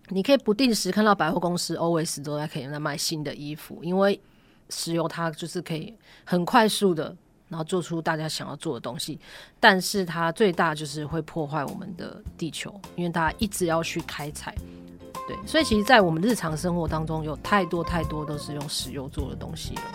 你可以不定时看到百货公司 always 都可以在卖新的衣服，因为石油它就是可以很快速的然后做出大家想要做的东西，但是它最大就是会破坏我们的地球，因为大家一直要去开采。对，所以其实在我们日常生活当中有太多太多都是用石油做的东西了。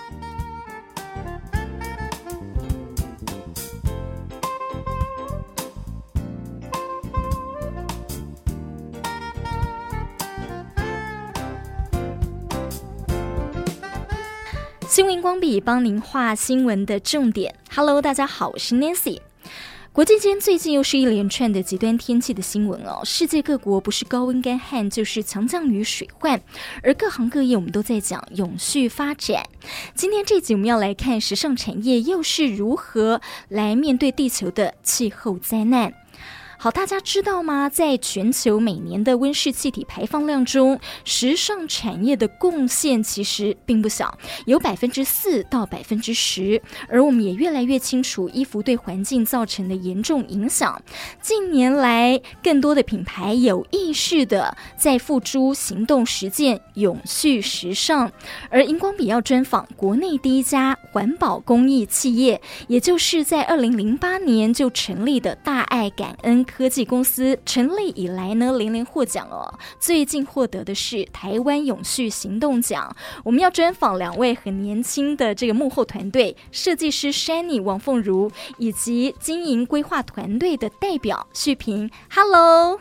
新闻荧光笔帮您画新闻的重点。Hello， 大家好，我是 Nancy。国际间最近又是一连串的极端天气的新闻哦，世界各国不是高温干旱，就是强降雨水患，而各行各业我们都在讲永续发展。今天这集我们要来看时尚产业又是如何来面对地球的气候灾难。好，大家知道吗？在全球每年的温室气体排放量中，时尚产业的贡献其实并不小，有4%到10%。而我们也越来越清楚衣服对环境造成的严重影响。近年来，更多的品牌有意识的在付诸行动实践永续时尚。而荧光笔要专访国内第一家环保公益企业，也就是在2008年就成立的大爱感恩科技公司，成立以来呢连连获奖哦。最近获得的是台湾永续行动奖。我们要专访2位很年轻的这个幕后团队，设计师 Shani 王凤如，以及经营规划团队的代表旭平。Hello，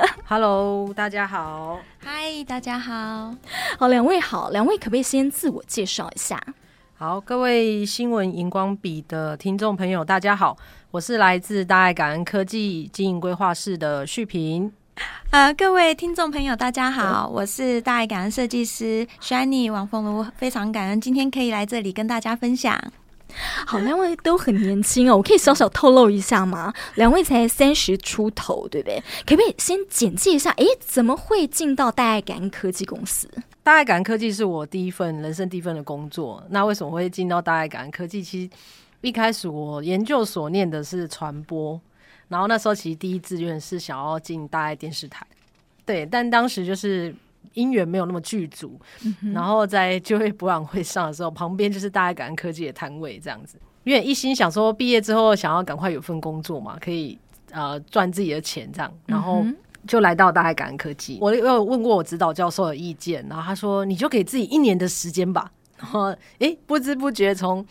Hello， 大家好。 嗨，大家好。 好，2位好，2位可不可以先自我介绍一下？ 好，各位新闻荧光笔的听众朋友大家好，我是来自大爱感恩科技经营规划室的旭平。 各位听众朋友大家好，我是大爱感恩设计师 Shani 王凤如，非常感恩今天可以来这里跟大家分享。 好，2位都很年轻哦，我可以小小透露一下吗？2位才30出头，对不对？可不可以先简介一下，怎么会进到大爱感恩科技公司？ 大爱感恩科技是我人生第一份的工作。那为什么会进到大爱感恩科技？其实一开始我研究所念的是传播，然后那时候其实第一志愿是想要进大爱电视台，对，但当时就是因缘没有那么具足，然后在就业博览会上的时候，旁边就是大爱感恩科技的摊位这样子，因为一心想说毕业之后想要赶快有份工作嘛，可以赚自己的钱这样，然后就来到大爱感恩科技。我有问过我指导教授的意见，然后他说你就给自己1年的时间吧。然后不知不觉从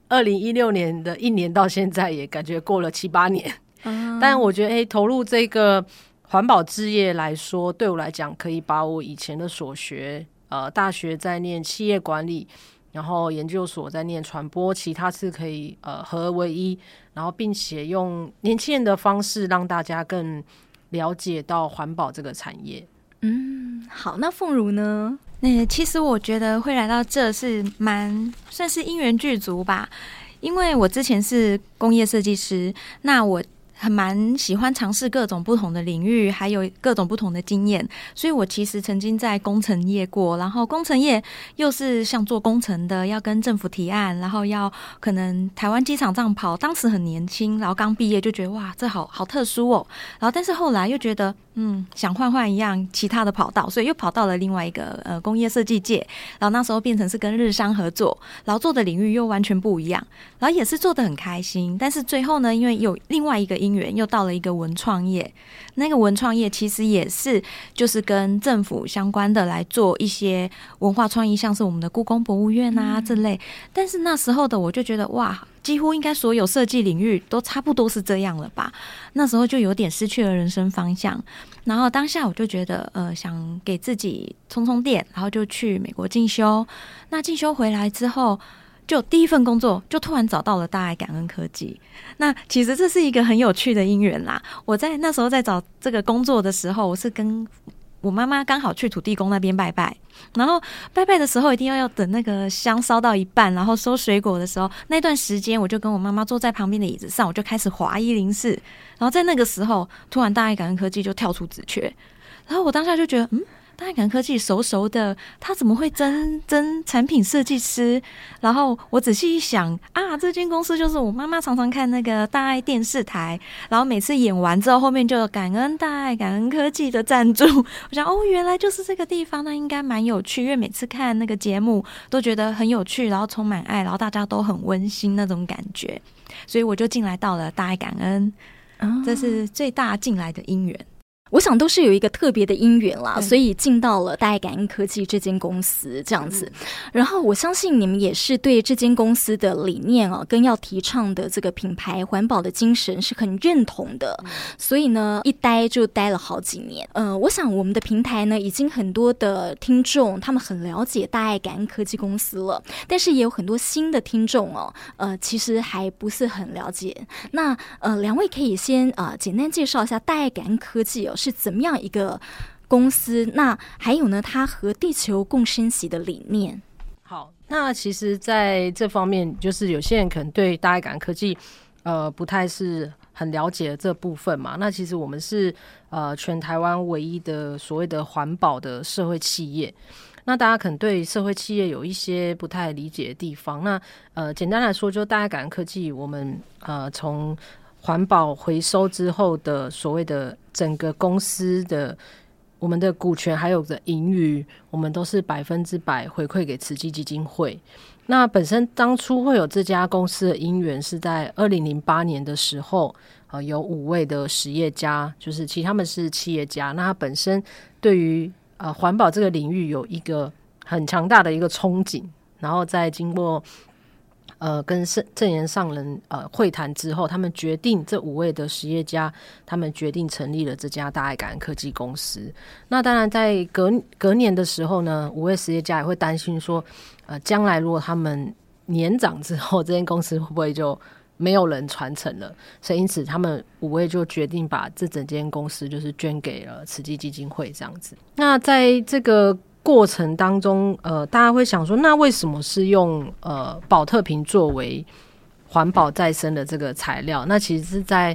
2016年的1年到现在也感觉过了7-8年。但我觉得投入这个环保事业来说，对我来讲可以把我以前的所学，大学在念企业管理，然后研究所在念传播，其他是可以合而为一，然后并且用年轻人的方式让大家更了解到环保这个产业。 好，那凤如呢？ 其实我觉得会来到这是算是因缘具足吧，因为我之前是工业设计师，那我蛮喜欢尝试各种不同的领域，还有各种不同的经验，所以我其实曾经在工程业过，然后工程业又是像做工程的，要跟政府提案，然后要可能台湾机场这样跑，当时很年轻，然后刚毕业就觉得哇这好特殊哦，然后但是后来又觉得想换一样其他的跑道，所以又跑到了另外一个工业设计界，然后那时候变成是跟日商合作，然后做的领域又完全不一样，然后也是做得很开心，但是最后呢，因为有另外一个因缘，又到了一个文创业，那个文创业其实也是就是跟政府相关的来做一些文化创意，像是我们的故宫博物院啊这类，但是那时候的我就觉得哇，几乎应该所有设计领域都差不多是这样了吧，那时候就有点失去了人生方向，然后当下我就觉得想给自己充电，然后就去美国进修，那进修回来之后就第一份工作就突然找到了大爱感恩科技。那其实这是一个很有趣的因缘啦，我在那时候在找这个工作的时候，我是跟我妈妈刚好去土地公那边拜拜，然后拜拜的时候一定要等那个香烧到一半，然后收水果的时候，那段时间我就跟我妈妈坐在旁边的椅子上，我就开始滑104，然后在那个时候突然大爱感恩科技就跳出职缺，然后我当下就觉得大爱感恩科技熟熟的，他怎么会真产品设计师？然后我仔细一想啊，这间公司就是我妈妈常常看那个大爱电视台，然后每次演完之后，后面就有感恩大爱感恩科技的赞助。我想原来就是这个地方，那应该蛮有趣，因为每次看那个节目都觉得很有趣，然后充满爱，然后大家都很温馨那种感觉，所以我就进来到了大爱感恩，这是最大进来的因缘。 我想都是有一个特别的因缘啦，所以进到了大爱感恩科技这间公司这样子。然后我相信你们也是对这间公司的理念跟要提倡的这个品牌环保的精神是很认同的，所以呢一待就待了好几年。我想我们的平台呢已经很多的听众他们很了解大爱感恩科技公司了，但是也有很多新的听众其实还不是很了解。那两位可以先简单介绍一下大爱感恩科技是怎么样一个公司，那还有呢它和地球共生息的理念。 好，那其实在这方面就是有些人可能对大爱感恩科技不太是很了解的这部分嘛。那其实我们是全台湾唯一的所谓的环保的社会企业。那大家可能对社会企业有一些不太理解的地方。那简单来说，就大爱感恩科技，我们从环保回收之后的所谓的整个公司的我们的股权还有的盈余，我们都是100%回馈给慈济基金会。那本身当初会有这家公司的因缘是在2008年的时候，有5位的实业家，就是其实他们是企业家，那他本身对于环保这个领域有一个很强大的一个憧憬，然后再经过跟证严上人会谈之后，他们决定这5位的实业家，他们决定成立了这家大爱感恩科技公司。那当然在隔年的时候呢，5位实业家也会担心说将来如果他们年长之后，这间公司会不会就没有人传承了，所以因此他们5位就决定把这整间公司就是捐给了慈济基金会这样子。那在这个过程当中大家会想说，那为什么是用保特瓶作为环保再生的这个材料？那其实是在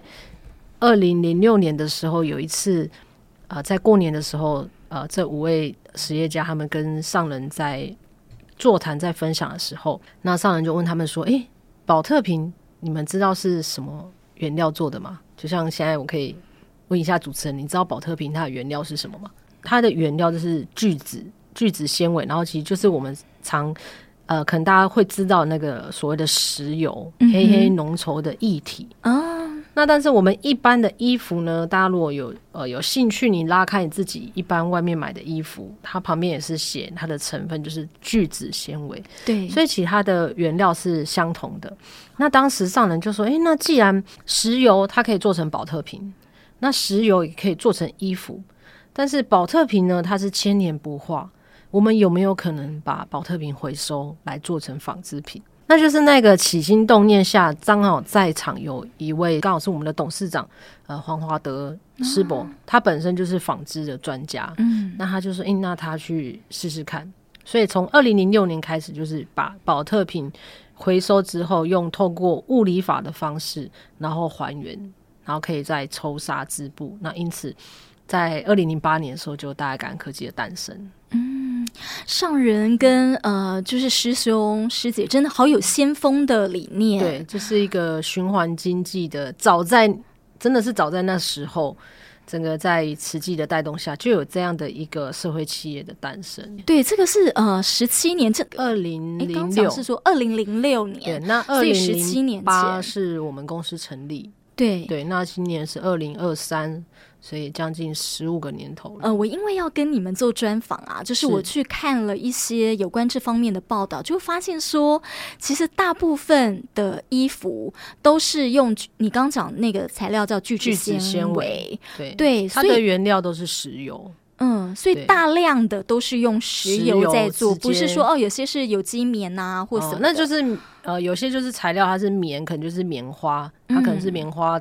2006年的时候，有一次在过年的时候这5位实业家他们跟上人在座谈在分享的时候，那上人就问他们说，保特瓶你们知道是什么原料做的吗？就像现在我可以问一下主持人，你知道保特瓶它的原料是什么吗？它的原料就是聚酯纤维，然后其实就是我们常可能大家会知道那个所谓的石油，黑黑浓稠的液体那但是我们一般的衣服呢，大家如果有兴趣，你拉开你自己一般外面买的衣服，它旁边也是写它的成分就是聚酯纤维， 对， 所以其他的原料是相同的。那当时上人就说，那既然石油它可以做成保特瓶，那石油也可以做成衣服，但是保特瓶呢它是千年不化，我们有没有可能把保特瓶回收来做成纺织品？那就是那个起心动念下，刚好在场有一位刚好是我们的董事长黄华德师伯，他本身就是纺织的专家，那他就说那他去试试看。所以从2006年开始，就是把保特瓶回收之后，用透过物理法的方式然后还原，然后可以再抽纱织布。那因此在2008年的时候，就大爱感恩科技的诞生。 上人跟就是师兄师姐真的好有先锋的理念。 对，这是一个循环经济的，真的是早在那时候，整个在慈济的带动下，就有这样的一个社会企业的诞生。 对，这个是17年，这 2006， 刚讲是说2006年， 对，那 17年前是我们公司成立。 对， 那今年是2023，所以将近15个年头了。 我因为要跟你们做专访啊，就是我去看了一些有关这方面的报道，就发现说，其实大部分的衣服都是用你刚讲那个材料叫聚酯纤维，对， 它的原料都是石油。 所以大量的都是用石油在做，不是说有些是有机棉啊或什么的， 那就是有些就是材料它是棉，可能就是棉花，它可能是棉花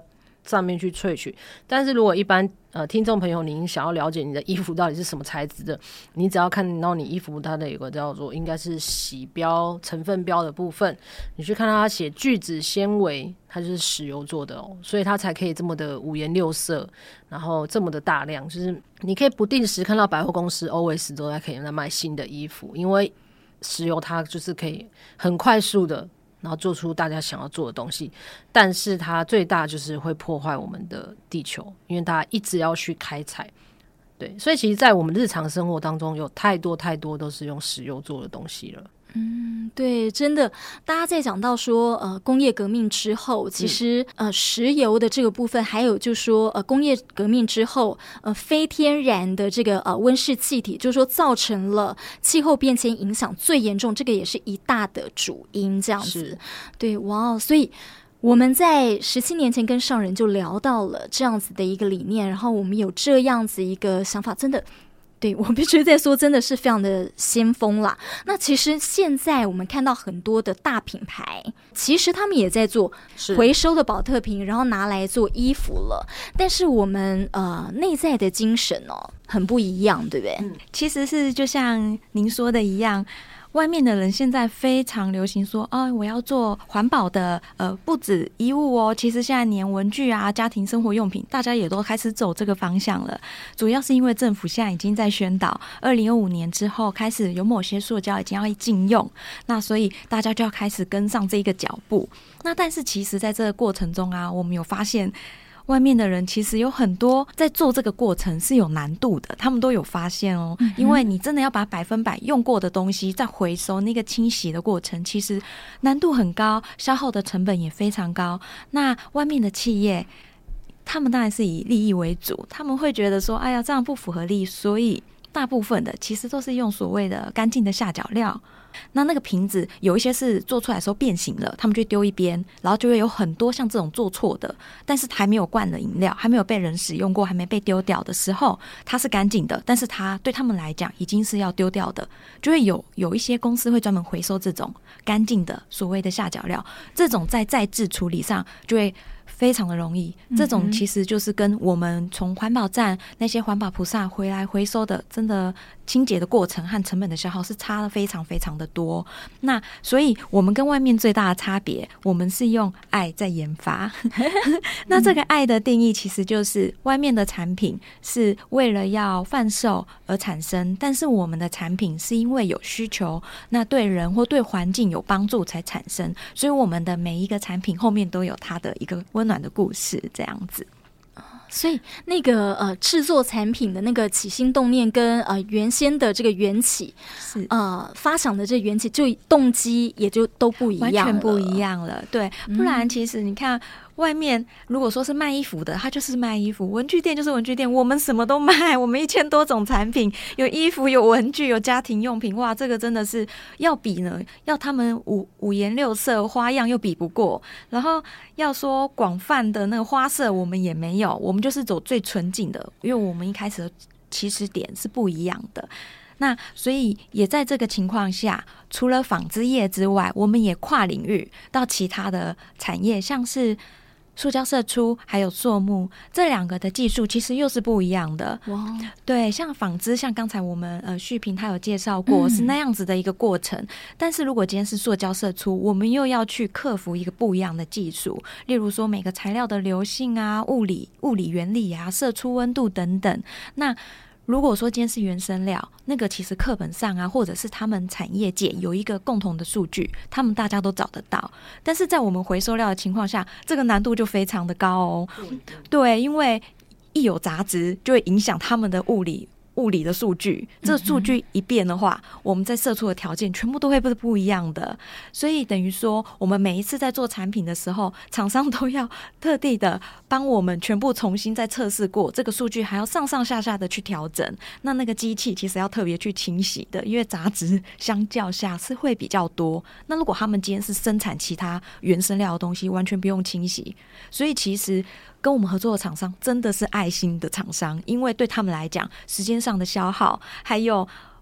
上面去萃取。但是如果一般听众朋友您想要了解你的衣服到底是什么材质的，你只要看到你衣服它的有个叫做应该是洗标成分标的部分，你去看到它写聚酯纤维，它就是石油做的所以它才可以这么的五颜六色，然后这么的大量，就是你可以不定时看到百货公司 always 都在可以在卖新的衣服，因为石油它就是可以很快速的然后做出大家想要做的东西，但是它最大就是会破坏我们的地球，因为大家一直要去开采。对，所以其实在我们日常生活当中有太多都是用石油做的东西了。 对，真的，大家在讲到说工业革命之后，其实石油的这个部分，还有就是说工业革命之后非天然的这个温室气体，就是说造成了气候变迁影响最严重，这个也是一大的主因这样子。对，哇，所以我们在17年前跟上人就聊到了这样子的一个理念，然后我们有这样子一个想法，真的对，我必须在说真的是非常的先锋啦。那其实现在我们看到很多的大品牌，其实他们也在做回收的保特瓶，然后拿来做衣服了，但是我们内在的精神很不一样，对不对？ 其实是就像您说的一样，外面的人现在非常流行说我要做环保的不止衣物其实现在连文具啊、家庭生活用品大家也都开始走这个方向了。主要是因为政府现在已经在宣导2025年之后开始有某些塑胶已经要禁用，那所以大家就要开始跟上这个脚步。那但是其实在这个过程中我们有发现外面的人其实有很多在做这个过程是有难度的，他们都有发现因为你真的要把100%用过的东西再回收，那个清洗的过程其实难度很高，消耗的成本也非常高。那外面的企业他们当然是以利益为主，他们会觉得说哎呀这样不符合利益，所以大部分的其实都是用所谓的干净的下脚料。那个瓶子有一些是做出来的时候变形了，他们就丢一边，然后就会有很多像这种做错的，但是还没有灌的饮料，还没有被人使用过，还没被丢掉的时候，它是干净的，但是它对他们来讲已经是要丢掉的，就会有一些公司会专门回收这种干净的所谓的下脚料，这种在再制处理上就会非常的容易。这种其实就是跟我们从环保站那些环保菩萨回来回收的真的清洁的过程和成本的消耗是差了非常非常的多。那所以我们跟外面最大的差别，我们是用爱在研发那这个爱的定义其实就是外面的产品是为了要贩售而产生，但是我们的产品是因为有需求，那对人或对环境有帮助才产生，所以我们的每一个产品后面都有它的一个温暖的故事这样子。 所以那个制作产品的那个起心动念跟原先的这个缘起是发想的这缘起就动机也就都不一样了， 完全不一样了。对，不然其实你看外面如果说是卖衣服的，它就是卖衣服，文具店就是文具店，我们什么都卖，我们1000多种产品，有衣服有文具有家庭用品，哇，这个真的是要比呢，要他们五颜六色花样又比不过，然后要说广泛的那个花色我们也没有，我们就是走最纯净的，因为我们一开始的起始点是不一样的。那所以也在这个情况下，除了纺织业之外，我们也跨领域到其他的产业，像是塑胶射出还有塑木，这两个的技术其实又是不一样的。哇，对，像纺织，像刚才我们旭平他有介绍过，是那样子的一个过程。但是如果今天是塑胶射出，我们又要去克服一个不一样的技术，例如说每个材料的流性啊、物理原理啊、射出温度等等。那如果说今天是原生料，那个其实课本上啊，或者是他们产业界有一个共同的数据，他们大家都找得到。但是在我们回收料的情况下，这个难度就非常的高哦。对，因为一有杂质就会影响他们的物理的数据，这个数据一变的话，我们在射出的条件全部都会不一样的。所以等于说我们每一次在做产品的时候，厂商都要特地的帮我们全部重新再测试过，这个数据还要上下的去调整。那个机器其实要特别去清洗的，因为杂质相较下是会比较多。那如果他们今天是生产其他原生料的东西，完全不用清洗。所以其实跟我们合作的厂商真的是爱心的厂商，因为对他们来讲，时间上的消耗，还有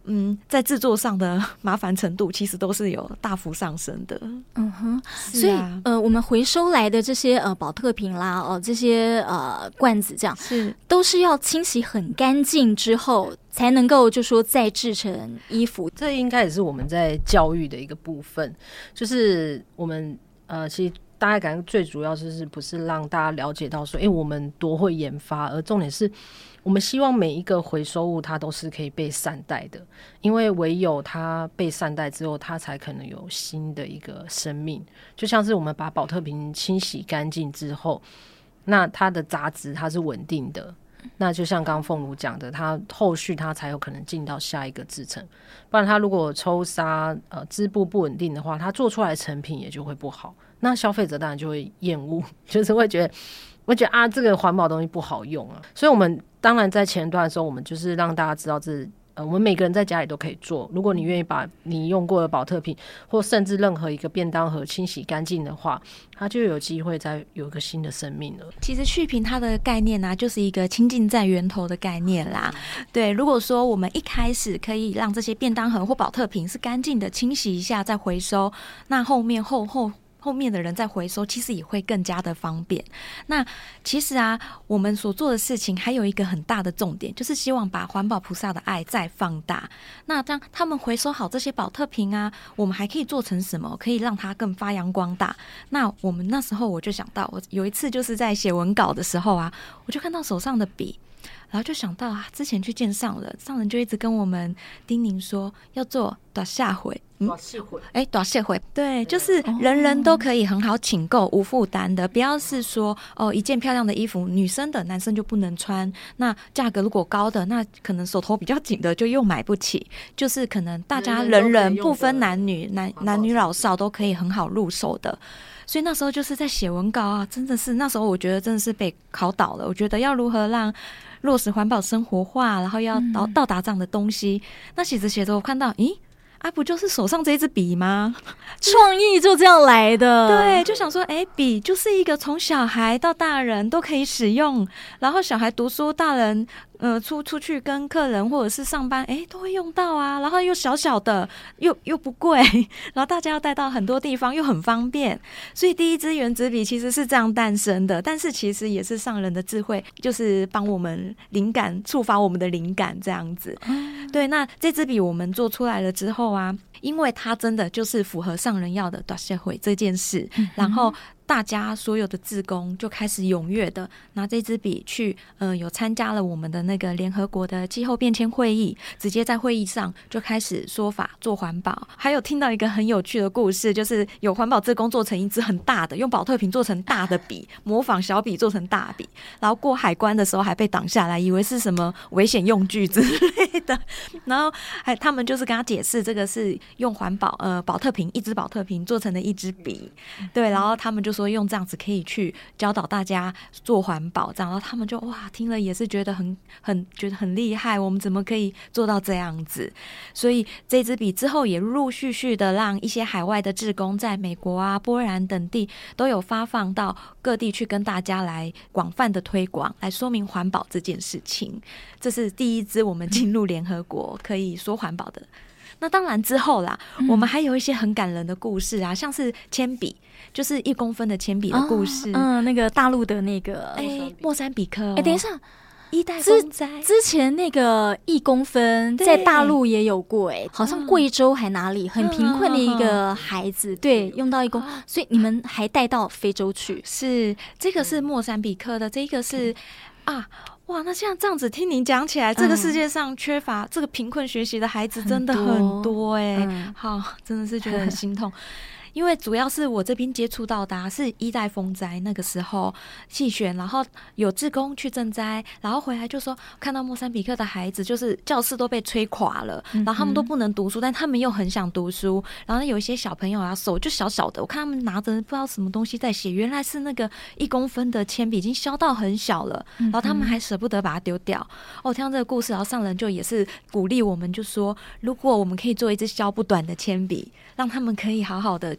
在制作上的麻烦程度其实都是有大幅上升的。 所以我们回收来的这些保特瓶啦，这些罐子这样都是要清洗很干净之后才能够就说再制成衣服。 这应该也是我们在教育的一个部分，就是我们其实大概感觉最主要就是不是让大家了解到说我们多会研发，而重点是我们希望每一个回收物它都是可以被善待的，因为唯有它被善待之后，它才可能有新的一个生命。就像是我们把保特瓶清洗干净之后，那它的杂质它是稳定的，那就像刚刚凤如讲的，它后续它才有可能进到下一个制成，不然它如果抽纱织布不稳定的话，它做出来的成品也就会不好，那消费者当然就会厌恶，就是会觉得这个环保东西不好用啊。所以我们当然在前段的时候，我们就是让大家知道我们每个人在家里都可以做。如果你愿意把你用过的保特瓶或甚至任何一个便当盒清洗干净的话，它就有机会再有一个新的生命了。 其实续瓶它的概念啊，就是一个清净在源头的概念啦。对，如果说我们一开始可以让这些便当盒或保特瓶是干净的清洗一下再回收，那后面的人再回收，其实也会更加的方便。那其实啊，我们所做的事情还有一个很大的重点，就是希望把环保菩萨的爱再放大。那当他们回收好这些保特瓶啊，我们还可以做成什么，可以让它更发扬光大？那我们那时候我就想到，我有一次就是在写文稿的时候啊，我就看到手上的笔，然后就想到之前去见上人就一直跟我们叮咛说要做短下回。短谢回，对，就是人人都可以很好请购无负担的，不要是说一件漂亮的衣服女生的男生就不能穿，那价格如果高的，那可能手头比较紧的就又买不起，就是可能大家人不分男女男女老少都可以很好入手的。所以那时候就是在写文稿啊，真的是那时候我觉得真的是被考倒了。我觉得要如何让落实环保生活化，然后要到达这样的东西，那写着我看到不就是手上这支笔吗？ 创意就这样来的。 对，就想说笔就是一个从小孩到大人都可以使用，然后小孩读书，大人出去跟客人或者是上班都会用到啊，然后又小小的又不贵，然后大家要带到很多地方又很方便，所以第一支原子笔其实是这样诞生的。但是其实也是上人的智慧，就是帮我们灵感触发我们的灵感这样子。对，那这支笔我们做出来了之后啊，因为它真的就是符合上人要的大社会这件事，然后大家所有的志工就开始踊跃的拿这支笔去有参加了我们的那个联合国的气候变迁会议，直接在会议上就开始说法做环保。还有听到一个很有趣的故事，就是有环保志工做成一支很大的，用保特瓶做成大的笔，模仿小笔做成大笔，然后过海关的时候还被挡下来，以为是什么危险用具之类的，然后他们就是跟他解释这个是用环保保特瓶，一支保特瓶做成的一支笔。对，然后他们就说用这样子可以去教导大家做环保，这样，然后他们就听了也是觉得觉得很厉害，我们怎么可以做到这样子？所以这支笔之后也陆陆续续的让一些海外的志工在美国啊、波兰等地都有发放到各地去跟大家来广泛的推广，来说明环保这件事情。这是第一支我们进入联合国可以说环保的。那当然之后啦，我们还有一些很感人的故事啊，像是铅笔，就是1公分的铅笔的故事。 那个大陆的那个莫桑比克。 等一下， 一代风灾之前那个1公分在大陆也有过，好像贵州还哪里很贫困的一个孩子，对，用到1公，所以你们还带到非洲去？ 是，这个是莫桑比克的，这个是哇，那像这样子听您讲起来，这个世界上缺乏这个贫困学习的孩子真的很多好，真的是觉得很心痛。因为主要是我这边接触到的是1代风灾那个时候气旋，然后有志工去赈灾，然后回来就说看到莫桑比克的孩子就是教室都被吹垮了，然后他们都不能读书，但他们又很想读书，然后有一些小朋友啊手就小小的，我看他们拿着不知道什么东西在写，原来是那个1公分的铅笔已经削到很小了，然后他们还舍不得把它丢掉。听到这个故事，然后上人就也是鼓励我们，就说如果我们可以做一支削不短的铅笔，让他们可以好好的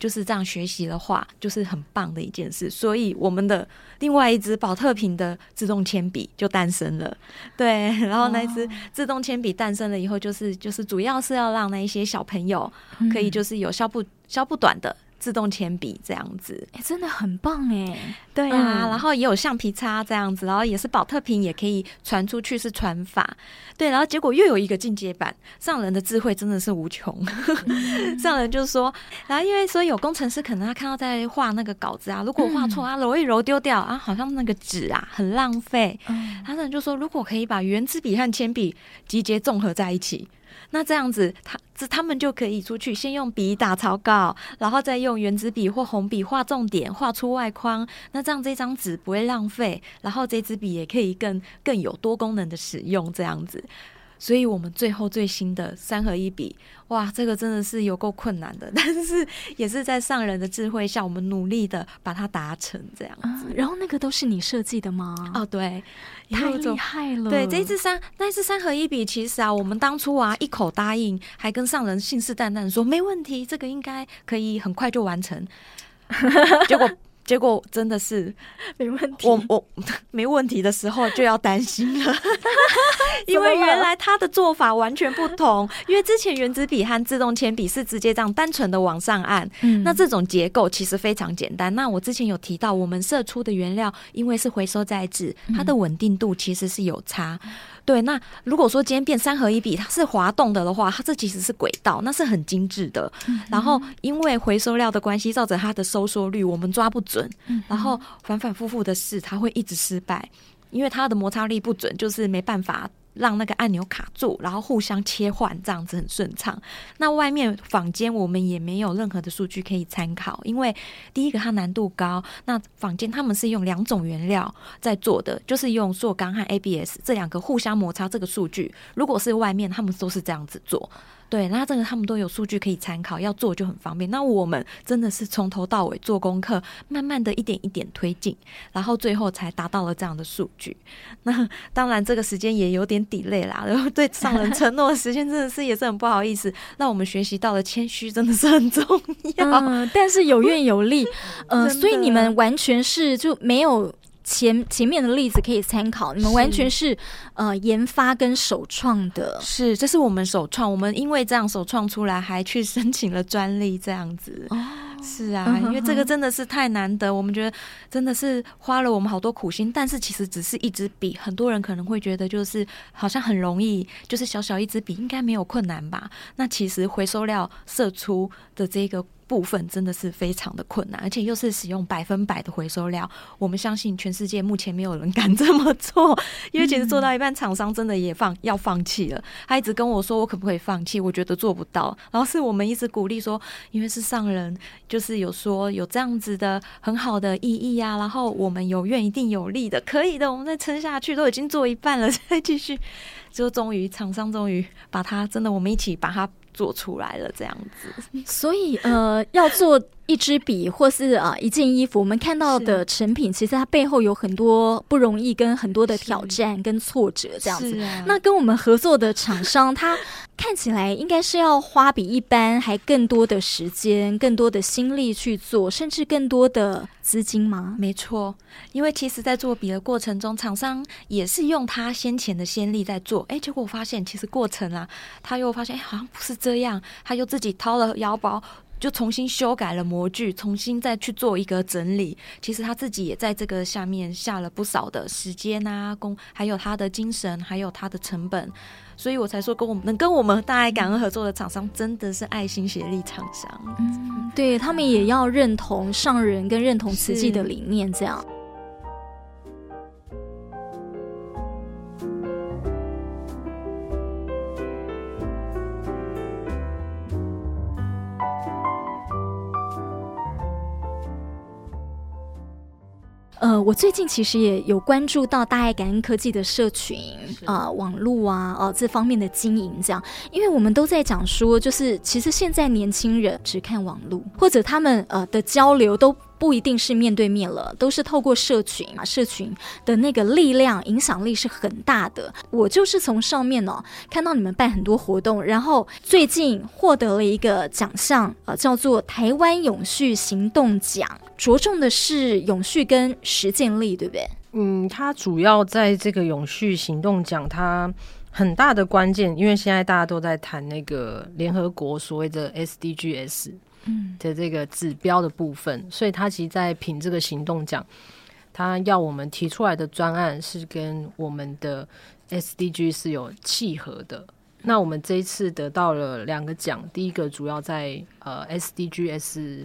就是这样学习的话，就是很棒的一件事。所以我们的另外一支宝特瓶的自动铅笔就诞生了。对，然后那一支自动铅笔诞生了以后，就是主要是要让那一些小朋友可以就是有削不短的自动铅笔这样子。 真的很棒哎。 对啊，然后也有橡皮擦这样子，然后也是宝特瓶也可以传出去是传法。对，然后结果又有一个进阶版，上人的智慧真的是无穷。上人就说，然后因为说有工程师可能他看到在画那个稿子啊，如果画错啊，揉一揉丢掉啊，好像那个纸啊很浪费。他人就说，如果可以把圆珠笔和铅笔集结综合在一起，那这样子他们就可以出去先用笔打草稿，然后再用圆珠笔或红笔画重点，画出外框，那这样这张纸不会浪费，然后这支笔也可以更有多功能的使用这样子。所以我们最后最新的3合1笔，哇，这个真的是有够困难的，但是也是在上人的智慧下，我们努力的把它达成这样子。 然后那个都是你设计的吗？ 哦，对， 太厉害了。 对，那一支3合1笔，其实啊，我们当初啊一口答应，还跟上人信誓旦旦说没问题，这个应该可以很快就完成。结果真的是没问题， 我没问题的时候就要担心了。因为原来他的做法完全不同，因为之前原子笔和自动铅笔是直接这样单纯的往上按，那这种结构其实非常简单。那我之前有提到，我们射出的原料因为是回收再制，它的稳定度其实是有差。对，那如果说今天变3合1笔，它是滑动的话，它这其实是轨道，那是很精致的。然后因为回收料的关系，照着它的收缩率我们抓不准，然后反反复复的试，它会一直失败，因为它的摩擦力不准，就是没办法让那个按钮卡住，然后互相切换，这样子很顺畅。那外面坊间我们也没有任何的数据可以参考，因为第一个它难度高，那坊间他们是用2种原料在做的，就是用塑钢和 ABS 这2个互相摩擦，这个数据如果是外面他们都是这样子做。对，那这个他们都有数据可以参考，要做就很方便。那我们真的是从头到尾做功课，慢慢的一点一点推进，然后最后才达到了这样的数据。那当然这个时间也有点 delay 啦，然后对上人承诺的时间真的是也是很不好意思，让我们学习到了谦虚真的是很重要。 但是有愿有力，所以你们完全是就没有前面的例子可以参考，你们完全是研发跟首创的。 是，这是我们首创，我们因为这样首创出来，还去申请了专利这样子。是啊，因为这个真的是太难得，我们觉得真的是花了我们好多苦心，但是其实只是一支笔，很多人可能会觉得就是好像很容易，就是小小一支笔应该没有困难吧？那其实回收料射出的这个部分真的是非常的困难，而且又是使用100%的回收料，我们相信全世界目前没有人敢这么做，因为其实做到一半厂商真的也要放弃了，他一直跟我说我可不可以放弃，我觉得做不到，然后是我们一直鼓励说，因为是上人就是有说有这样子的很好的意义啊，然后我们有愿一定有力的，可以的，我们再撑下去，都已经做一半了，再继续，就厂商终于把它真的我们一起把它做出来了这样子。 所以要做一支笔或是一件衣服，我们看到的成品其实它背后有很多不容易跟很多的挑战跟挫折这样子。那跟我们合作的厂商，他看起来应该是要花比一般还更多的时间、更多的心力去做，甚至更多的资金吗？ 没错，因为其实在做笔的过程中，厂商也是用他先前的先例在做，结果我发现其实过程啊，他又发现好像不是这样，他又自己掏了腰包，就重新修改了模具，重新再去做一个整理。其实他自己也在这个下面下了不少的时间啊，还有他的精神，还有他的成本。所以我才说能跟我们大爱感恩合作的厂商真的是爱心协力厂商。 对，他们也要认同上人跟认同慈济的理念这样。我最近其实也有关注到大爱感恩科技的社群网络这方面的经营这样，因为我们都在讲说，就是其实现在年轻人只看网络，或者他们的交流都不一定是面对面了，都是透过社群嘛，社群的那个力量影响力是很大的。我就是从上面看到你们办很多活动，然后最近获得了一个奖项，叫做台湾永续行动奖，着重的是永续跟实践力，对不对？ 它主要在这个永续行动奖，它很大的关键，因为现在大家都在谈那个联合国所谓的 SDGs 的这个指标的部分，所以它其实在评这个行动奖，它要我们提出来的专案是跟我们的 SDG 是有契合的。那我们这一次得到了2个奖，第一个主要在SDGs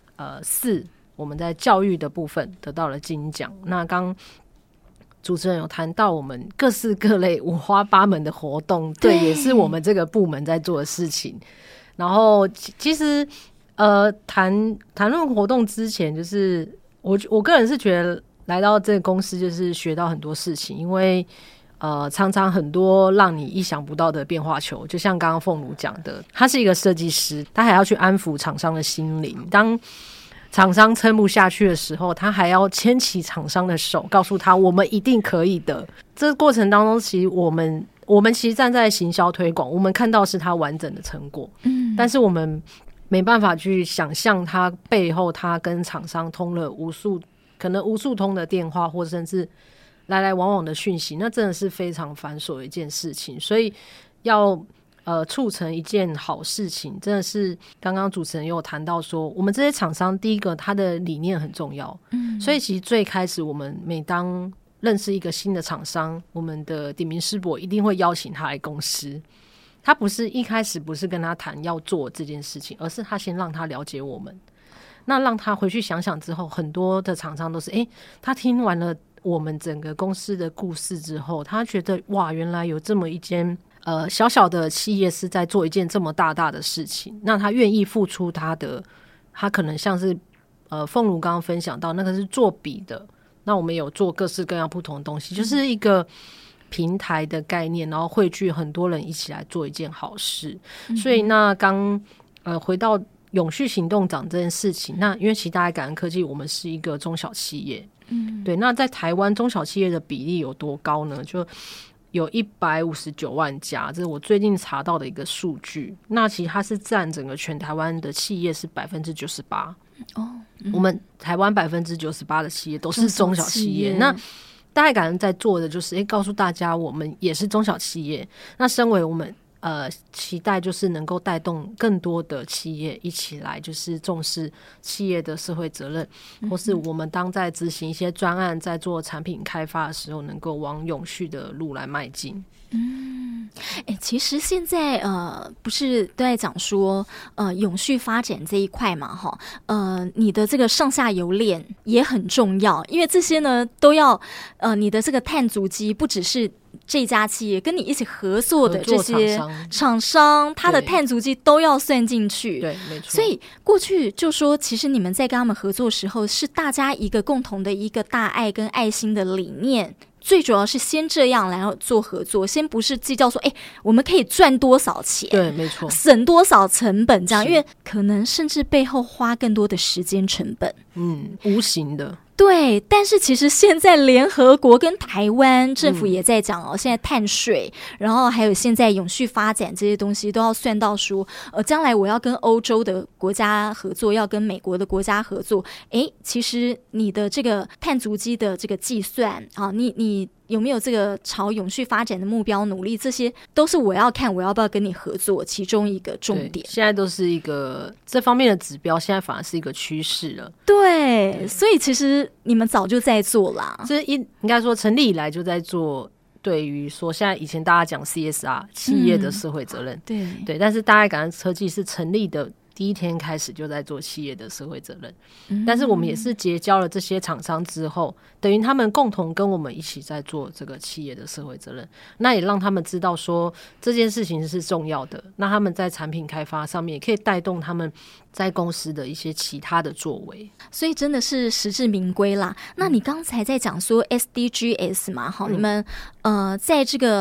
4，我们在教育的部分得到了金奖。那刚主持人有谈到我们各式各类五花八门的活动，对，也是我们这个部门在做的事情。然后其实谈论活动之前，就是我个人是觉得来到这个公司就是学到很多事情，因为常常很多让你意想不到的变化球，就像刚刚凤如讲的，他是一个设计师，他还要去安抚厂商的心灵，当厂商撑不下去的时候，他还要牵起厂商的手，告诉他我们一定可以的。这个过程当中，其实我们其实站在行销推广，我们看到是他完整的成果，但是我们没办法去想象他背后他跟厂商通了可能无数通的电话，或甚至来来往往的讯息，那真的是非常繁琐的一件事情。所以要促成一件好事情，真的是刚刚主持人有谈到说，我们这些厂商第一个他的理念很重要，所以其实最开始我们每当认识一个新的厂商，我们的鼎明师伯一定会邀请他来公司。他不是一开始不是跟他谈要做这件事情，而是他先让他了解我们，那让他回去想想之后，很多的厂商都是他听完了我们整个公司的故事之后，他觉得哇，原来有这么一间小小的企业是在做一件这么大的事情，那他愿意付出他可能像是凤如刚刚分享到那个是做笔的，那我们有做各式各样不同的东西，就是一个平台的概念，然后汇聚很多人一起来做一件好事。所以那刚回到永续行动奖这件事情，那因为其实大家感恩科技我们是一个中小企业，对，那在台湾中小企业的比例有多高呢？就有159万家，这是我最近查到的一个数据。那其实它是占整个全台湾的企业是 98%。我们台湾 98% 的企业都是中小企业。那大概感恩在做的就是告诉大家我们也是中小企业。那身为我们期待就是能够带动更多的企业一起来就是重视企业的社会责任，或是我们当在执行一些专案在做产品开发的时候能够往永续的路来迈进。 其实现在不是都在讲说永续发展这一块嘛你的这个上下游链也很重要，因为这些呢都要你的这个碳足迹不只是这家企业跟你一起合作的这些厂商，它的碳足迹都要算进去。 对，没错。 所以过去就说，其实你们在跟他们合作的时候，是大家一个共同的一个大爱跟爱心的理念。最主要是先这样来做合作，先不是计较说我们可以赚多少钱， 对，没错， 省多少成本这样，因为可能甚至背后花更多的时间成本， 无形的。 对，但是其实现在联合国跟台湾政府也在讲现在碳税，然后还有现在永续发展这些东西都要算到说将来我要跟欧洲的国家合作，要跟美国的国家合作，其实你的这个碳足迹的这个计算你有没有这个朝永续发展的目标努力，这些都是我要看我要不要跟你合作其中一个重点。 现在都是一个这方面的指标，现在反而是一个趋势了。 对，所以其实你们早就在做啦， 这应该说成立以来就在做。对于说现在以前大家讲 CSR 企业的社会责任，对，但是大爱感恩科技是成立的第一天开始就在做企业的社会责任，但是我们也是结交了这些厂商之后，等于他们共同跟我们一起在做这个企业的社会责任，那也让他们知道说这件事情是重要的，那他们在产品开发上面也可以带动他们在公司的一些其他的作为， 所以真的是实至名归啦。那你刚才在讲说 SDGs 嘛，你们在这个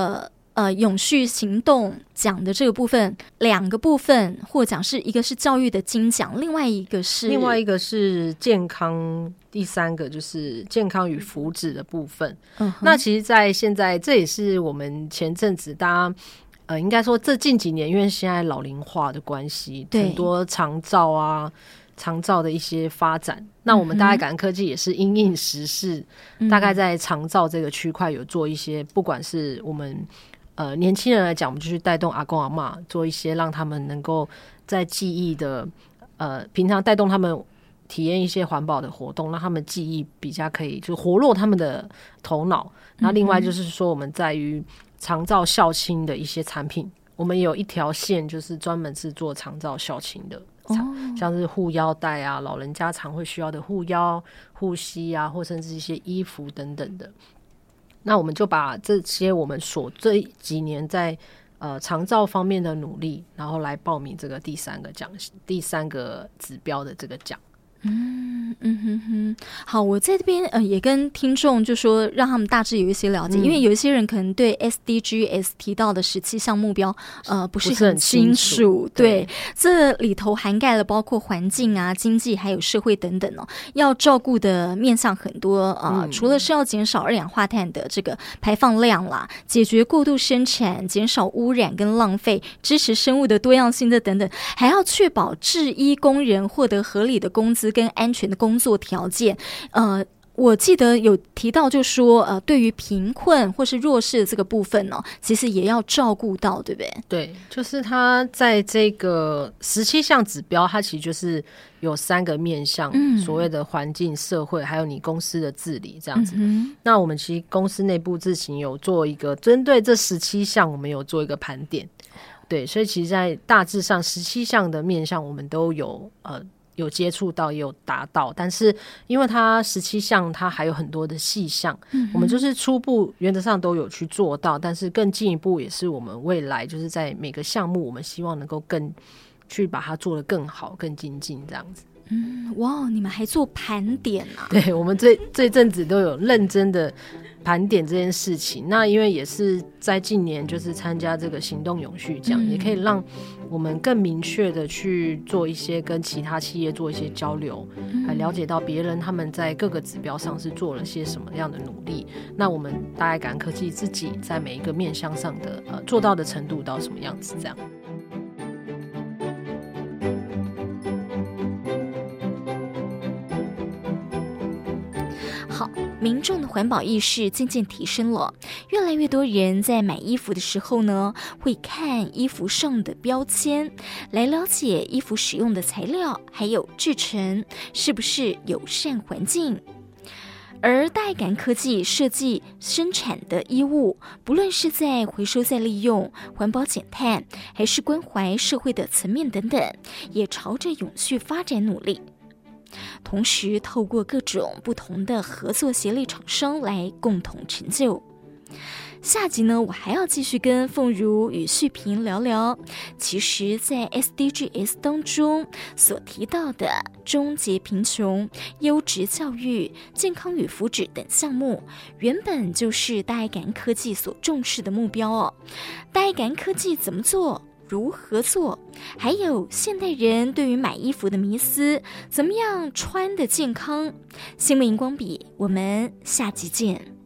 永续行动奖的这个部分，2个部分获奖，是一个是教育的金奖，另外一个是健康，第3个就是健康与福祉的部分。那其实在现在这也是我们前阵子大家应该说这近几年因为现在老龄化的关系，很多长照的一些发展，那我们大概感恩科技也是因应时事，大概在长照这个区块有做一些，不管是我们年轻人来讲，我们就去带动阿公阿嬷做一些让他们能够在记忆的平常带动他们体验一些环保的活动，让他们记忆比较可以就活络他们的头脑。那另外就是说我们在于长照孝亲的一些产品，我们有一条线就是专门是做长照孝亲的，像是护腰带啊，老人家常会需要的护腰护膝啊，或甚至一些衣服等等的。那我们就把这些我们这几年在长照方面的努力，然后来报名这个第3个指标的这个奖。 好，我在这边也跟听众就说，让他们大致有一些了解，因为有一些人可能对 SDGs 提到的17项目标不是很清楚，对，这里头涵盖了包括环境啊、经济还有社会等等要照顾的面向很多除了是要减少2氧化碳的这个排放量啦，解决过度生产、减少污染跟浪费、支持生物的多样性的等等，还要确保制衣工人获得合理的工资跟安全的工作条件。我记得有提到就说对于贫困或是弱势的这个部分其实也要照顾到，对不对？ 对，就是它在这个17项指标，它其实就是有3个面向，所谓的环境、社会还有你公司的治理这样子。那我们其实公司内部自行有做一个针对这17项我们有做一个盘点，对，所以其实在大致上17项的面向我们都有接触到也有达到，但是因为它17项它还有很多的细项，我们就是初步原则上都有去做到，但是更进一步也是我们未来就是在每个项目我们希望能够更去把它做得更好更精进这样子。 哇，你们还做盘点啊？ 对，我们这阵子都有认真的盘点这件事情。那因为也是在近年就是参加这个行动永续奖，也可以让我们更明确的去做一些跟其他企业做一些交流，还了解到别人他们在各个指标上是做了些什么样的努力，那我们大爱感恩科技自己在每一个面向上的做到的程度到什么样子这样。 民众的环保意识渐渐提升了，越来越多人在买衣服的时候呢，会看衣服上的标签，来了解衣服使用的材料还有制成是不是友善环境。而大爱感恩科技设计生产的衣物，不论是在回收再利用、环保减碳，还是关怀社会的层面等等，也朝着永续发展努力。同时透过各种不同的合作协力厂商来共同成就。下集呢，我还要继续跟凤如与旭平聊聊，其实在 SDGs 当中所提到的终结贫穷、优质教育、健康与福祉等项目，原本就是大爱感恩科技所重视的目标大爱感恩科技怎么做？如何做？还有现代人对于买衣服的迷思，怎么样穿的健康？新闻荧光笔，我们下集见。